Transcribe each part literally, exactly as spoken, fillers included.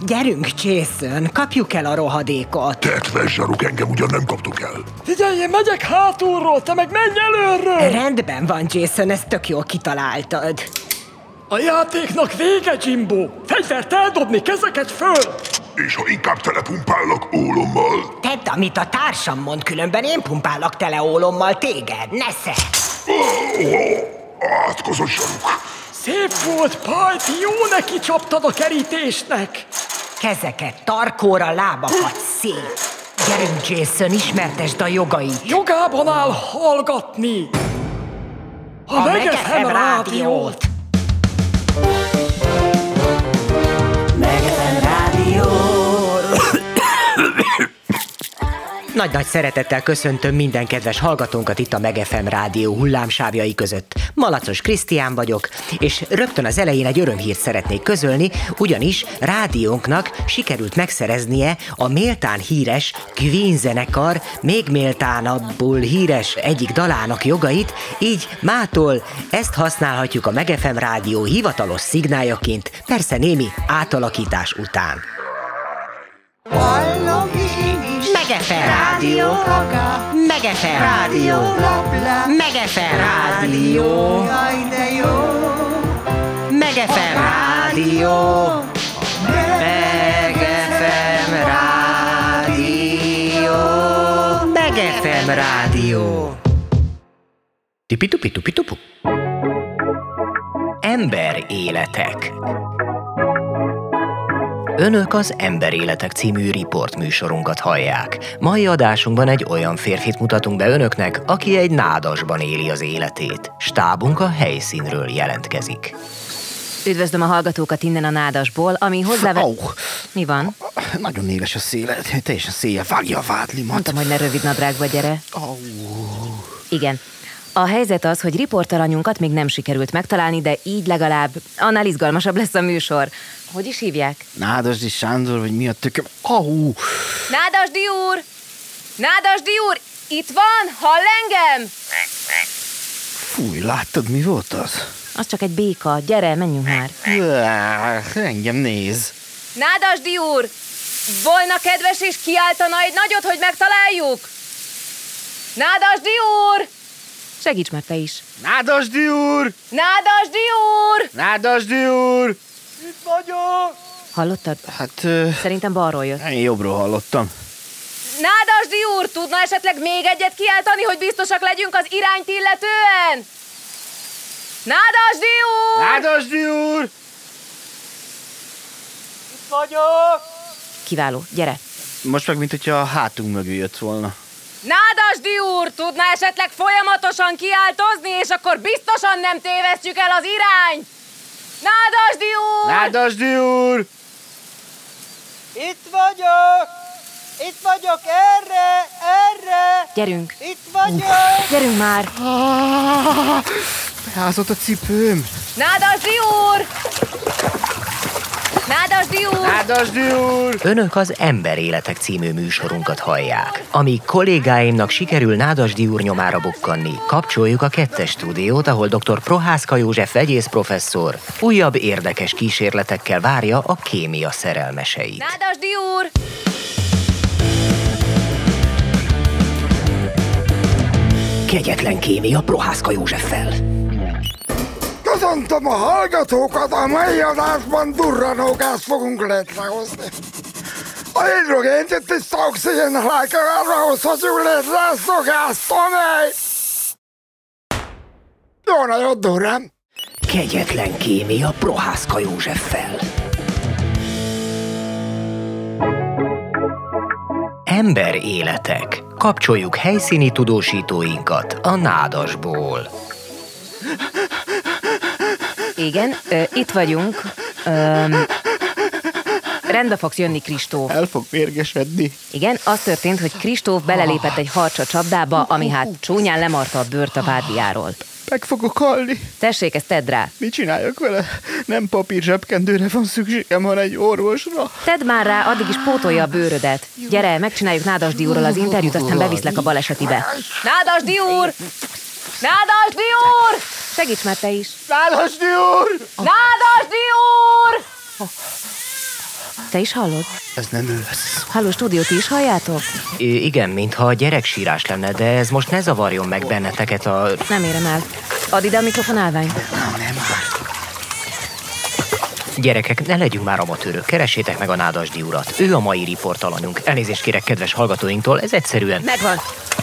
Gyerünk, Jason, kapjuk el a rohadékot. Tetves zsaruk, engem ugyan nem kaptok el. Figyelj, én megyek hátulról, te meg menj előről! Rendben van, Jason, ezt tök jól kitaláltad. A játéknak vége, Jimbo! Fegyvert eldobni, kezeket föl! És ha inkább telepumpállak ólommal? Tedd, amit a társam mond, különben én pumpálok tele ólommal téged, nesze! Oh, oh, átkozott zsaruk. Szép volt, Pajti, jó neki csaptad a kerítésnek! Kezeket tarkóra, lábakat szét! Gyerünk, Jason, ismertesd a jogait! Jogában áll hallgatni! A, a Meg ef em rádiót! Meg ef em rádió! Nagy-nagy szeretettel köszöntöm minden kedves hallgatónkat itt a Meg ef em rádió hullámsávjai között. Malacos Krisztián vagyok, és rögtön az elején egy örömhírt szeretnék közölni, ugyanis rádiónknak sikerült megszereznie a méltán híres Queen zenekar még méltánabbul híres egyik dalának jogait, így mától ezt használhatjuk a Meg ef em rádió hivatalos szignáljaként, persze némi átalakítás után. Meg ef em rádió, Meg ef em rádió, Meg ef em rádió, Meg ef em rádió, Meg ef em rádió, Meg ef em rádió. Tipi-tupi-tupi-tupu. Emberéletek. Önök az Emberéletek című riportműsorunkat hallják. Mai adásunkban egy olyan férfit mutatunk be önöknek, aki egy nádasban éli az életét. Stábunk a helyszínről jelentkezik. Üdvözlöm a hallgatókat innen a nádasból, ami hozzáve... Au! Mi van? Nagyon éles a széle, teljesen széjjel vágja a vádlimat. Mondtam, hogy ne rövid nadrágba gyere. Au! Igen. A helyzet az, hogy riportalanyunkat még nem sikerült megtalálni, de így legalább annál izgalmasabb lesz a műsor. Hogy is hívják? Nádasdi Sándor, vagy mi a tököm? Au! Nádasdi úr! Nádasdi úr! Itt van? Hall engem? Fúj, láttad, mi volt az? Az csak egy béka. Gyere, menjünk már. Já, engem néz. Nádasdi úr! Volna kedves és kiáltana egy nagyot, hogy megtaláljuk? Nádasdi úr! Segíts már te is. Nádasdi úr! Nádasdi úr! Nádasdi úr! Itt vagyok! Hallottad? Hát... Uh, Szerintem balról jött. én jobbról hallottam. Nádasdi úr, tudna esetleg még egyet kiáltani, hogy biztosak legyünk az irányt illetően? Nádasdi úr! Nádasdi úr! Itt vagyok! Kiváló, gyere. Most meg, mint hogyha a hátunk mögül jött volna. Nádasdi úr, tudna esetleg folyamatosan kiáltozni, és akkor biztosan nem tévesztjük el az irányt? Nádasdi úr! Nádasdi úr! Itt vagyok! Itt vagyok, erre, erre! Gyerünk. Itt vagyok! Gyerünk már! Ah, beázott a cipőm! Nádasdi úr! Nádasdi úr! Nádasdi úr! Önök az Emberéletek című műsorunkat hallják. Amíg kollégáimnak sikerül Nádasdi úr nyomára bukkanni, kapcsoljuk a kettes stúdiót, ahol dr. Prohászka József vegyész professzor újabb érdekes kísérletekkel várja a kémia szerelmeseit. Nádasdi úr! Kegyetlen kémia Prohászka Józseffel. Köszöntöm a hallgatókat, a mai adásban durranógást fogunk létrehozni. A hidrogént egy tiszta oxigénnel elkeverve hozhatjuk létre ezt a gázt, amely... Jó nagyot durrám! Kegyetlen kémia Prohászka Józseffel. Emberéletek. Kapcsoljuk helyszíni tudósítóinkat a nádasból. Igen, ö, itt vagyunk. Ö, rendbe fogsz jönni, Kristóf. El fog mérgesedni. Igen, az történt, hogy Kristóf belelépett egy harcsa csapdába, ami hát csúnyán lemarta a bőrt a vádliáról. Meg fogok halni. Tessék, ezt tedd rá. Mit csináljak vele? Nem papír zsebkendőre van szükségem, hanem egy orvosra. Tedd már rá, addig is pótolja a bőrödet. Gyere, megcsináljuk Nádasdi úrral az interjút, aztán beviszlek a balesetibe. Nádasdi úr! Nádasdi úr! Segíts már te is. Nádasdi úr! Nádasdi úr! Te is hallod? Ez nem ő lesz. Halló, stúdió, ti is halljátok? I- igen, mintha a gyereksírás lenne, de ez most ne zavarjon meg benneteket a... Nem érem el. Add ide a mikrofon, állvány. Na, nem már. Gyerekek, ne legyünk már amatőrök, keressétek meg a Nádasdy urat. Ő a mai riportalanyunk. Elnézést kérek kedves hallgatóinktól, ez egyszerűen... Megvan.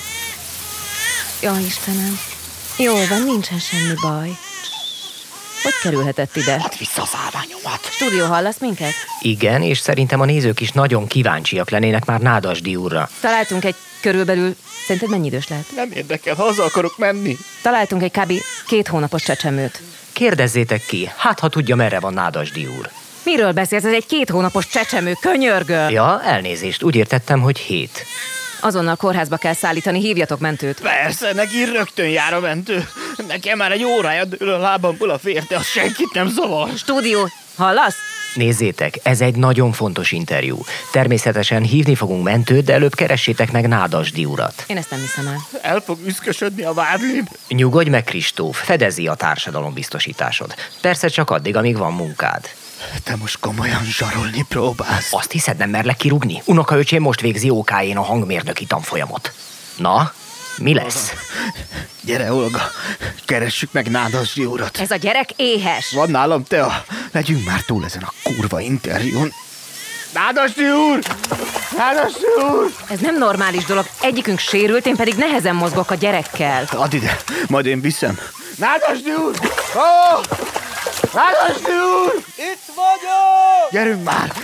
Jaj, Istenem. Jól van, nincsen semmi baj. Hogy kerülhetett ide? Add vissza az állványomat. Stúdió, hallasz minket? Igen, és szerintem a nézők is nagyon kíváncsiak lennének már Nádasdy úrra. Találtunk egy körülbelül... Szerinted mennyi idős lehet? Nem érdekel, haza akarok menni. Találtunk egy kb. két hónapos csecsemőt. Kérdezzétek ki, hát ha tudja, merre van Nádasdy úr. Miről beszélsz? Ez egy két hónapos csecsemő, könyörgöl! Ja, elnézést, úgy értettem, hogy hét. Azonnal kórházba kell szállítani, hívjatok mentőt. Persze, neki rögtön jár a mentő. Nekem már egy órája dől a lábamból a férte, az senkit nem zavar. Stúdió, hallasz? Nézzétek, ez egy nagyon fontos interjú. Természetesen hívni fogunk mentőt, de előbb keressétek meg Nádasdy urat. Én ezt nem hiszem el. El fog üszkösödni a vádlim. Nyugodj meg, Kristóf, fedezi a társadalombiztosításod. Persze csak addig, amíg van munkád. Te most komolyan zsarolni próbálsz. Azt hiszed, nem merlek kirúgni? Unokaöcsém most végzi ó ká jén a hangmérnöki tanfolyamot. Na, mi lesz? Gyere, Olga, keressük meg Nádasdy urat. Ez a gyerek éhes. Van nálam tea. Legyünk már túl ezen a kurva interjún. Nádasdy úr! Nádasdy úr! Ez nem normális dolog. Egyikünk sérült, én pedig nehezen mozgok a gyerekkel. Add ide, majd én viszem. Nádasdy úr! Ó! Nádasdy úr! Itt vagyok! Gyerünk már!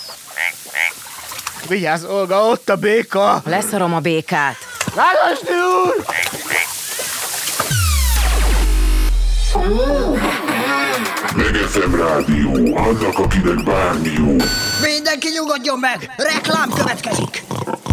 Vigyázz, Olga, ott a béka! Leszarom a békát. Nádasdy úr! Megefem rádió, annak, akinek bármi jó. Mindenki nyugodjon meg! Reklám következik!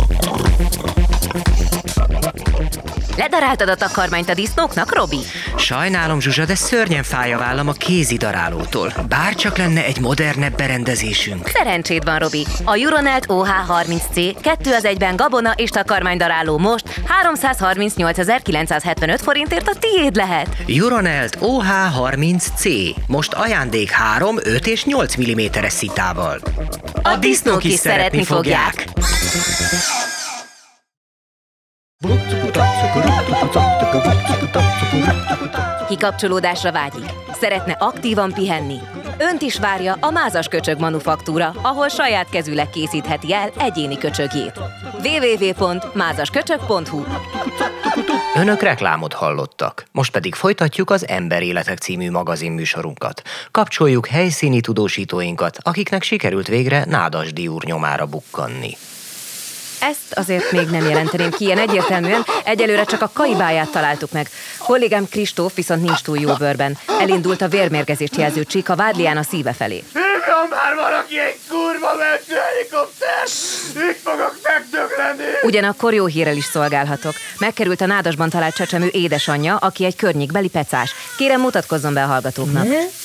Ledaráltad a takarmányt a disznóknak, Robi? Sajnálom, Zsuzsa, de szörnyen fáj a vállam a kézidarálótól. Bárcsak lenne egy modernebb berendezésünk. Szerencséd van, Robi. A Euronelt o há harminc cé kettő az egyben gabona és takarmánydaráló most háromszázharmincnyolcezer-kilencszázhetvenöt forintért a tiéd lehet. Euronelt o há harminc cé. Most ajándék három, öt és nyolc milliméteres szitával. A disznók is szeretni fogják. Kikapcsolódásra vágyik. Szeretne aktívan pihenni. Önt is várja a Mázas Köcsög Manufaktúra, ahol saját kezűleg készítheti el egyéni köcsögjét. double-u double-u double-u pont mázas köcsög pont hu. Önök reklámot hallottak. Most pedig folytatjuk az Emberéletek című magazinműsorunkat. Kapcsoljuk helyszíni tudósítóinkat, akiknek sikerült végre Nádasdy úr nyomára bukkanni. Ezt azért még nem jelenteném ki ilyen egyértelműen, egyelőre csak a kaibáját találtuk meg. Kollégám Kristóf viszont nincs túl jó bőrben. Elindult a vérmérgezést jelző csík a vádlián a szíve felé. Hívjon már valaki egy kurva mentőhelikoptert! Itt fogok megdögleni! Ugyanakkor jó hírrel is szolgálhatok. Megkerült a Nádasban talált csecsemő édesanyja, aki egy környékbeli pecás. Kérem, mutatkozzon be a hallgatóknak.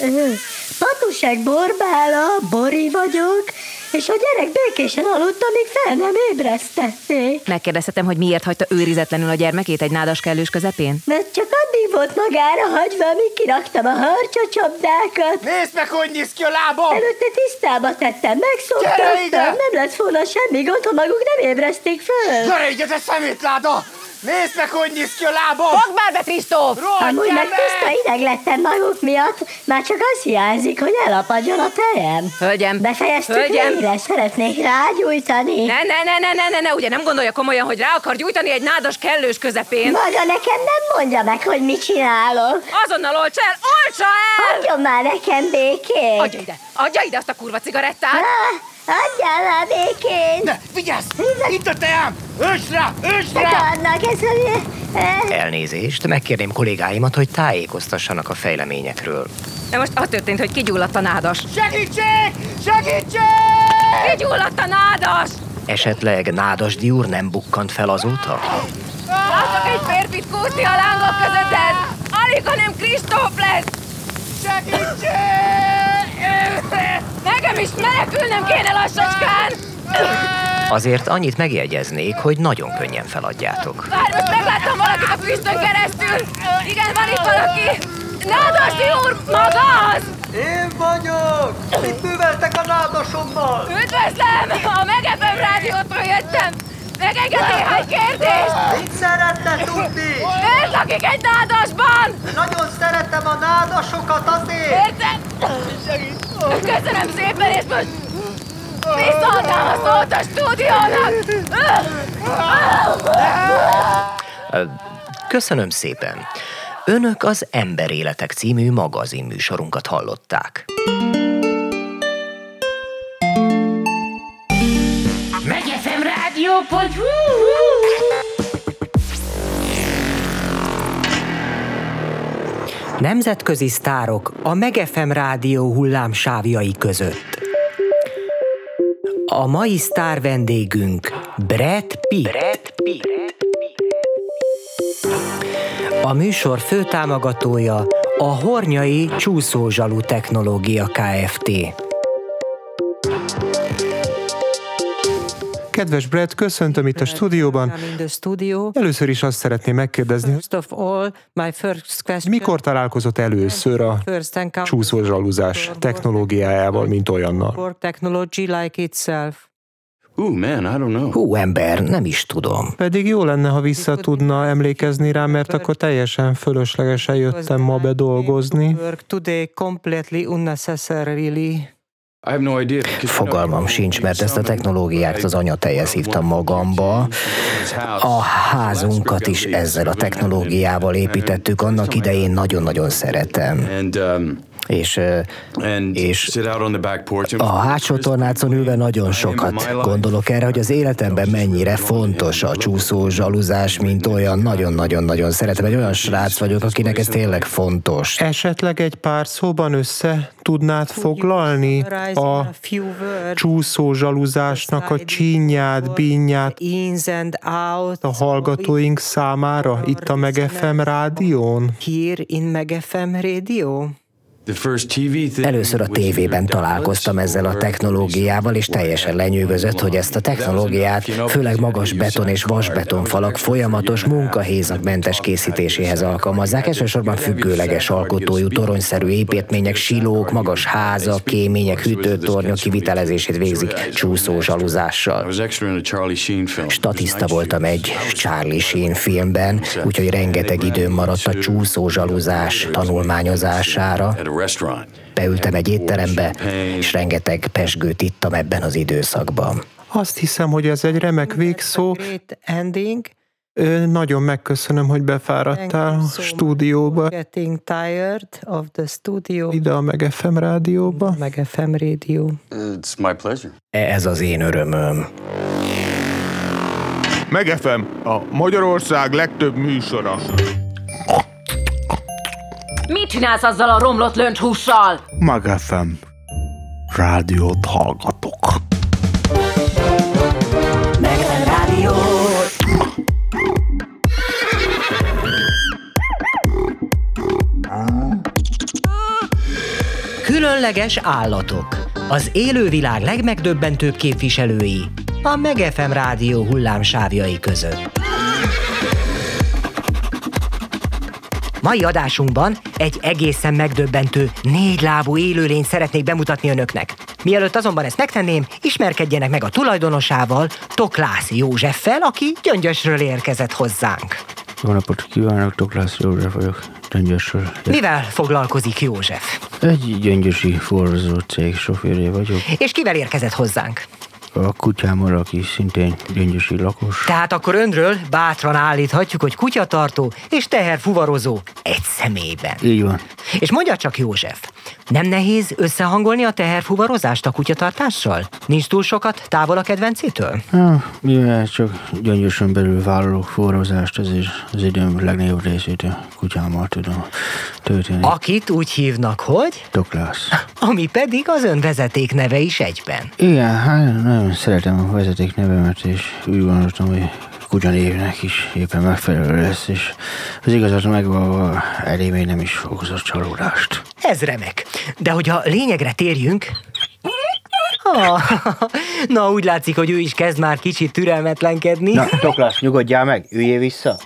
Patusek Borbála, Bori vagyok, és a gyerek békésen aludt, amíg fel nem ébresztették. Megkérdezhetem, hogy miért hagyta őrizetlenül a gyermekét egy nádas kellős közepén? Mert csak addig volt magára hagyva, amíg kiraktam a harcsacsapdákat. Nézd meg, hogy néz ki a lábam! Előtte tisztába tettem, megszoktattam, nem lett volna semmi gond, ha maguk nem ébreszték föl. Gyere ide, te szemétláda! Nézd meg, hogy néz ki a lábam! Fogd már be, Kristóf! Amúgy meg tiszta ideg lettem maguk miatt, már csak az hiányzik, hogy elapadjon a tejem. Hölgyem! Befejeztük Hölgyem! végre, szeretnék rágyújtani. Ne, ne, ne, ne, ne, ne, ne, ugye nem gondolja komolyan, hogy rá akar gyújtani egy nádas kellős közepén? Maga nekem nem mondja meg, hogy mit csinálok. Azonnal oltsa el, oltsa el! Hagyjon már nekem békét. Adja ide, adja ide azt a kurva cigarettát! Ah, adjál már békét. Ne, vigyázz! Itt a teám! Ösd rá! Ösd rá! Adnak ez, hogy... Elnézést, megkérném kollégáimat, hogy tájékoztassanak a fejleményekről. De most az történt, hogy kigyulladt a nádas. Segítség! Segítség! Kigyulladt a nádas! Esetleg Nádasdy úr nem bukkant fel azóta? Látok egy férfit kúszni a lángok között, ez alig, hanem Kristóf lesz! Segítség! Nekem is menekülnem kéne lassacskán! Azért annyit megjegyeznék, hogy nagyon könnyen feladjátok. Várj, most megláttam valakit a füstön keresztül! Igen, van itt valaki! Nádasdi úr, maga az! Én vagyok! Mit műveltek a nádasommal? Üdvözlöm! A Meg ef em rádiótól jöttem! Megenged néhány kérdést! Mit szeretne tudni? Miért lakik egy nádasban? Nagyon szeretem a nádasokat azért! Érted? Köszönöm szépen, és most visszaadnám a szót a stúdiónak! Köszönöm szépen. Önök az Emberéletek című magazinműsorunkat hallották. megefemrádió.hu Nemzetközi sztárok a Meg ef em rádió hullámsávjai között. A mai sztár vendégünk Brad Pitt. Brad Pitt. A műsor főtámogatója a Hornyai Csúszózsalu Technológia Kft. Kedves Brad, köszöntöm itt a stúdióban. Először is azt szeretném megkérdezni, mikor találkozott először a csúszózsaluzás technológiájával, mint olyannal? Ooh, man, I don't know. Hú, ember, nem is tudom. Pedig jó lenne, ha vissza tudna emlékezni rá, mert akkor teljesen fölöslegesen jöttem ma bedolgozni. I have no idea. Fogalmam sincs, mert ezt a technológiát az anyatejhez hívtam magamba. A házunkat is ezzel a technológiával építettük, annak idején nagyon-nagyon szeretem. And, um, És, and és sit out on the back porch. a hátsó tornácon ülve nagyon sokat gondolok erre, hogy az életemben mennyire fontos a csúszó zsaluzás, mint olyan, nagyon-nagyon-nagyon szeretem. Egy olyan srác vagyok, akinek ez tényleg fontos. Esetleg egy pár szóban össze tudnád foglalni a csúszó zsaluzásnak a csínyát, bínyát a hallgatóink számára itt a Meg ef em rádión? Here in Meg ef em Radio? Először Először a tévében találkoztam ezzel a technológiával, és teljesen lenyűgözött, hogy ezt a technológiát főleg magas beton és vasbetonfalak folyamatos munkahézakmentes készítéséhez alkalmazzák, elsősorban függőleges alkotójú, toronyszerű építmények, silók, magas házak, kémények, hűtőtornyok kivitelezését végzik csúszó zsaluzással. Statiszta voltam egy Charlie Sheen filmben, úgyhogy rengeteg időm maradt a csúszó zsaluzás tanulmányozására. Beültem egy étterembe, és rengeteg pesgőt ittam ebben az időszakban. Azt hiszem, hogy ez egy remek végszó. Ö, nagyon megköszönöm, hogy befáradtál a stúdióba. Ide a Meg ef em rádióba. Meg ef em Radio. It's my pleasure. Ez az én örömöm. Meg ef em, a Magyarország legtöbb műsora. Mit csinálsz azzal a romlott löncshússal? Meg ef em rádiót hallgatok. Meg ef em Rádió. Különleges állatok. Az élővilág legmegdöbbentőbb képviselői a Meg ef em Rádió hullámsávjai között. Mai adásunkban egy egészen megdöbbentő, négylábú élőlényt szeretnék bemutatni önöknek. Mielőtt azonban ezt megtenném, ismerkedjenek meg a tulajdonosával, Toklász Józseffel, aki Gyöngyösről érkezett hozzánk. Jó napot kívánok, Toklász József vagyok, Gyöngyösről. Mivel foglalkozik József? Egy gyöngyösi forrozó cég sofőrje vagyok. És kivel érkezett hozzánk? A kutyámmal, aki szintén gyöngyösi lakos. Tehát akkor önről bátran állíthatjuk, hogy kutyatartó és teherfuvarozó egy személyben. Így van. És mondja csak, József, nem nehéz összehangolni a teherfuvarozást a kutyatartással? Nincs túl sokat távol a kedvencétől? Ha, mivel csak Gyöngyösön belül vállalok forrozást, ezért az időm legnagyobb részét a kutyámmal tudom tölteni. Akit úgy hívnak, hogy? Toklász. Ami pedig az ön vezeték neve is egyben. Igen, hát nagyon szeretem a vezeték nevemet, és úgy gondoltam, hogy kutyanévnek is éppen megfelelő lesz, és az igazat megvalva elé még nem is okozott csalódást. Ez remek. De hogy a lényegre térjünk... Ah, na, úgy látszik, hogy ő is kezd már kicsit türelmetlenkedni. Na, Toklász, nyugodjál meg, üljél vissza.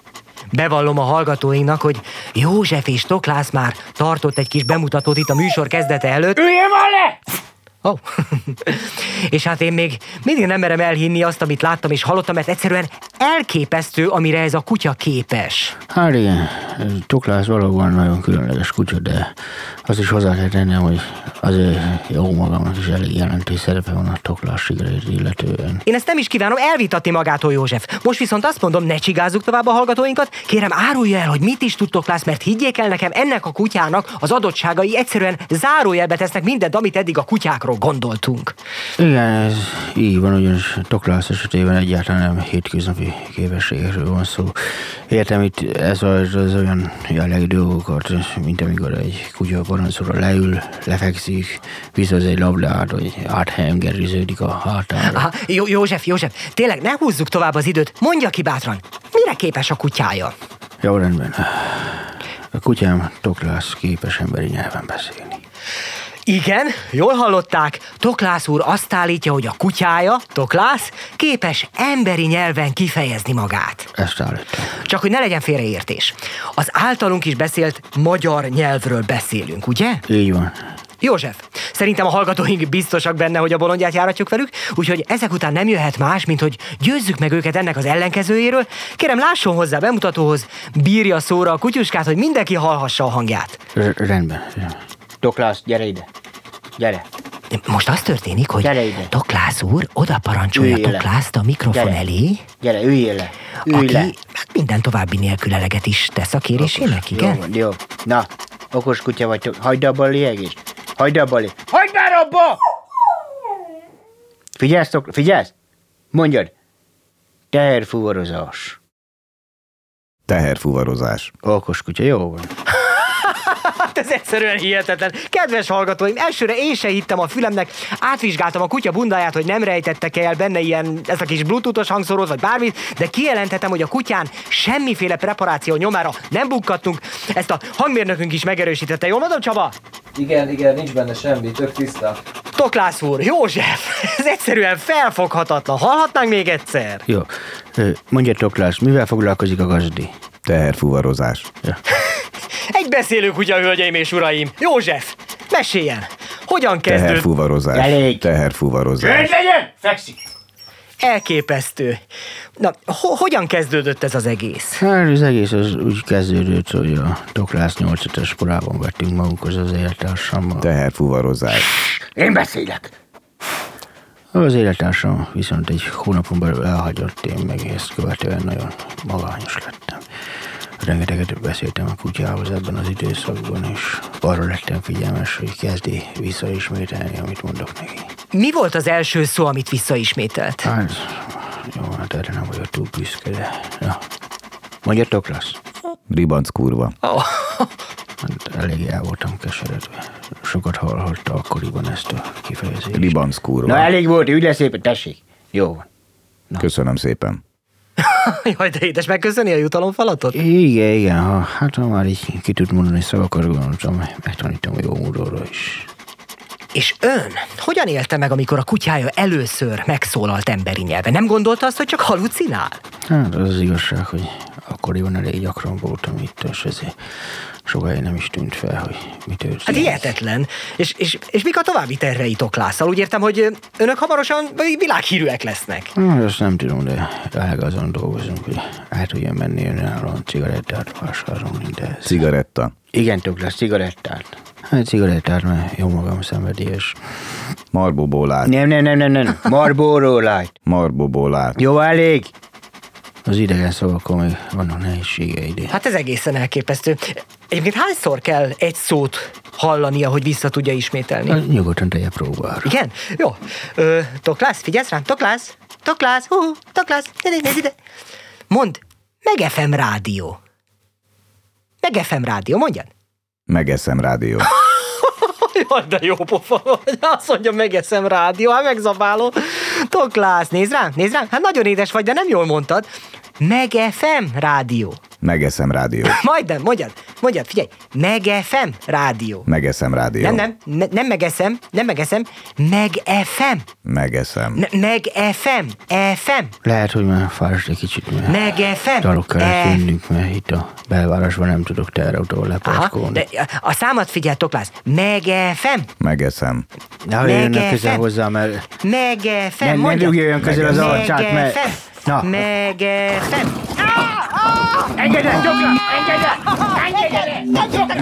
bevallom a hallgatóinknak, hogy József és Toklász már tartott egy kis bemutatót itt a műsor kezdete előtt. Üljél már le! Oh. És hát én még mindig nem merem elhinni azt, amit láttam és hallottam, mert egyszerűen elképesztő, amire ez a kutya képes. Hát igen, Toklász valóban nagyon különleges kutya, de azt is hozzá kell tennem, hogy azért jó magamnak is elég jelentős szerepe van a Toklász sikerét illetően. Én ezt nem is kívánom elvitatni magától, József. Most viszont azt mondom, ne csigázzuk tovább a hallgatóinkat, kérem árulja el, hogy mit is tud Toklász, mert higgyék el nekem, ennek a kutyának az adottságai egyszerűen zárójelbe tesznek mindent, amit eddig a kutyákról gondoltunk. Igen, ez így van, ugyanis Toklász esetében egyáltalán nem hétköznapi képességekről van szó. Értem, itt ez az, az olyan jellegű dolgokat, mint amikor egy kutya parancsra leül, lefekszik, viszont egy labdát, hogy áthengeriződik a hátára. Aha, Jó, József, József, tényleg ne húzzuk tovább az időt, mondja ki bátran, mire képes a kutyája? Jó, rendben. A kutyám Toklász képes emberi nyelven beszélni. Igen, jól hallották, Toklász úr azt állítja, hogy a kutyája, Toklász, képes emberi nyelven kifejezni magát. Ezt állítom. Csak hogy ne legyen félreértés. Az általunk is beszélt magyar nyelvről beszélünk, ugye? Így van. József, szerintem a hallgatóink biztosak benne, hogy a bolondját járatjuk velük, úgyhogy ezek után nem jöhet más, mint hogy győzzük meg őket ennek az ellenkezőjéről. Kérem, lásson hozzá bemutatóhoz, bírja szóra a kutyuskát, hogy mindenki hallhassa a hangját. R- rendben. Toklász, gyere ide. Gyere. Most az történik, hogy Toklász úr oda parancsolja Toklászt a mikrofon gyere. elé. Gyere, üljél le. Ülj aki le. Hát minden további nélkül eleget is tesz a kérésének, igen? Jó, jó. Na, okos kutya vagy, hagyd abba a liegést. Hagyd abba a liegést. Hagyd már abba! Figyelsz, Toklász, figyelsz? Mondjad. Teherfuvarozás. Teherfuvarozás. Okos kutya, jó van. Hát ez egyszerűen hihetetlen. Kedves hallgatóim, elsőre én se hittem a fülemnek, átvizsgáltam a kutya bundáját, hogy nem rejtettek el benne ilyen, ez a kis bluetoothos hangszórót, vagy bármit, de kijelenthetem, hogy a kutyán semmiféle preparáció nyomára nem bukkadtunk. Ezt a hangmérnökünk is megerősítette. Jól mondom, Csaba? Igen, igen, nincs benne semmi, tök tiszta. Toklász úr, József, ez egyszerűen felfoghatatlan. Hallhatnánk még egyszer? Jó. Mondja, Toklász, mivel foglalkozik a gazdi? Teherfuvarozás. Ja. Egy beszélő kutya, hölgyeim és uraim. József, meséljen! Hogyan kezdődött? Teherfuvarozás. Elég. Teherfuvarozás. Csend legyen! Fekszik! Elképesztő. Na, ho- hogyan kezdődött ez az egész? Hát az egész az úgy kezdődött, hogy a Toklász nyolc korában vettünk magunkhoz az élettársammal. Teherfuvarozás. Én beszélek. Az élettársam viszont egy hónapon belül elhagyott, én meg ezt követően nagyon magányos lettem. Rengeteget beszéltem a kutyához ebben az időszakban, és arra lettem figyelmes, hogy kezdi visszaismételni, amit mondok neki. Mi volt az első szó, amit visszaismételt? Hát, jó, hát erre nem vagyok túl büszke, de... Ja. Mondja, Toklász. Ribanc kurva. Oh. Hát elég el voltam keseredve. Sokat hallhatta akkoriban ezt a kifejezést. Ribanc kurva. Na elég volt, ülj le szépen, tessék. Jó van. Na. Köszönöm szépen. Jaj, de édes, megköszöni a jutalomfalatot? Igen, igen, ha, hát ha már így ki tud mondani szavakat, gondoltam, megtanítom a jó módonra is. És ön hogyan élte meg, amikor a kutyája először megszólalt emberi nyelven? Nem gondolta azt, hogy csak halucinál? Hát az az igazság, hogy akkoriban elég gyakran voltam itt, és ezért sokáig nem is tűnt fel, hogy mit őrzi. Hát hihetetlen. És, és, és mik a további tervei Toklásszal? Úgy értem, hogy önök hamarosan világhírűek lesznek. Hát azt nem tudom, de elég azon dolgozunk, hogy át tudjon menni önállóan cigarettát vásárolni, de ez... Cigaretta. Igen, Toklász, cigarettát. Hát cigarettát, mert jó magam szenvedélyes. Marlboro Light. Nem, nem, nem, nem, nem. Marlboro Light. Marlboro Light. Jó, elég. Az idegen szavakkal még vannak nehézségeid. Hát ez egészen elképesztő. Egyébként hányszor kell egy szót hallania, hogy vissza tudja ismételni? Hát, nyugodtan tegye próbára. Igen? Jó. Ö, Toklász, figyelsz rám? Toklász? Toklász? Hú, hú, Toklász, nézd ide. Mondd, meg ef em rádió. Meg ef em rádió, mondjad. Megeszem rádió. Jaj, de jó pofa vagy. Azt mondja, megeszem rádió, hát megzabálom. Toklász, nézd rám, nézd rám. Hát nagyon édes vagy, de nem jól mondtad. Meg ef em rádió. Megeszem rádió. Majdnem, mondjad. mondjad, figyelj, Meg-ef em rádió. Megeszem rádió. Nem, nem, ne, nem megeszem, nem megeszem, Meg-ef em. Megeszem. Ne, Meg-ef em, ef em. Lehet, hogy már fáradt egy kicsit, mert Meg-ef em. dalok kellett jönnünk, mert itt a belvárosban nem tudok teherautóval leparkolni. De a számat figyelj, Toklász, Meg-ef em. Megeszem. Na, jönnek közel hozzá, mert... Meg-ef em, Ne, ne mondjad. dugjon közel az arcát, mert... Na. Meg-ef em. Engedd el, Toklász! Engedd el! Engedd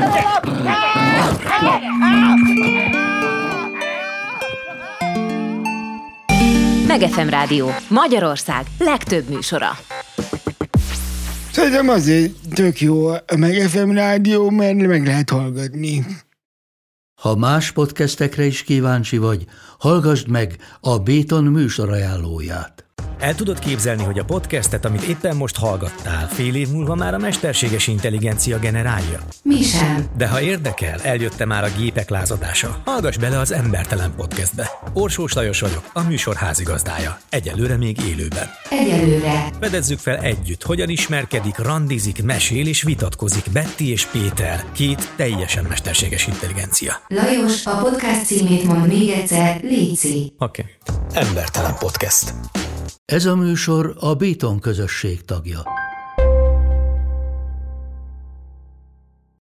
el! Meg-ef em Rádió, Magyarország legtöbb műsora. Szerintem azért tök jó a Meg-ef em rádió, mert meg lehet hallgatni. Ha más podcastekre is kíváncsi vagy, hallgassd meg a Béton műsor ajánlóját. El tudod képzelni, hogy a podcastet, amit éppen most hallgattál, fél év múlva már a mesterséges intelligencia generálja? Mi sem. De ha érdekel, eljött már a gépek lázadása. Hallgass bele az Embertelen Podcastbe. Orsós Lajos vagyok, a műsor házigazdája. Egyelőre még élőben. Egyelőre. Fedezzük fel együtt, hogyan ismerkedik, randizik, mesél és vitatkozik Betty és Péter, két teljesen mesterséges intelligencia. Lajos, a podcast címét mond még egyszer, léci. Oké. Okay. Embertelen Podcast. Ez a műsor a Béton közösség tagja.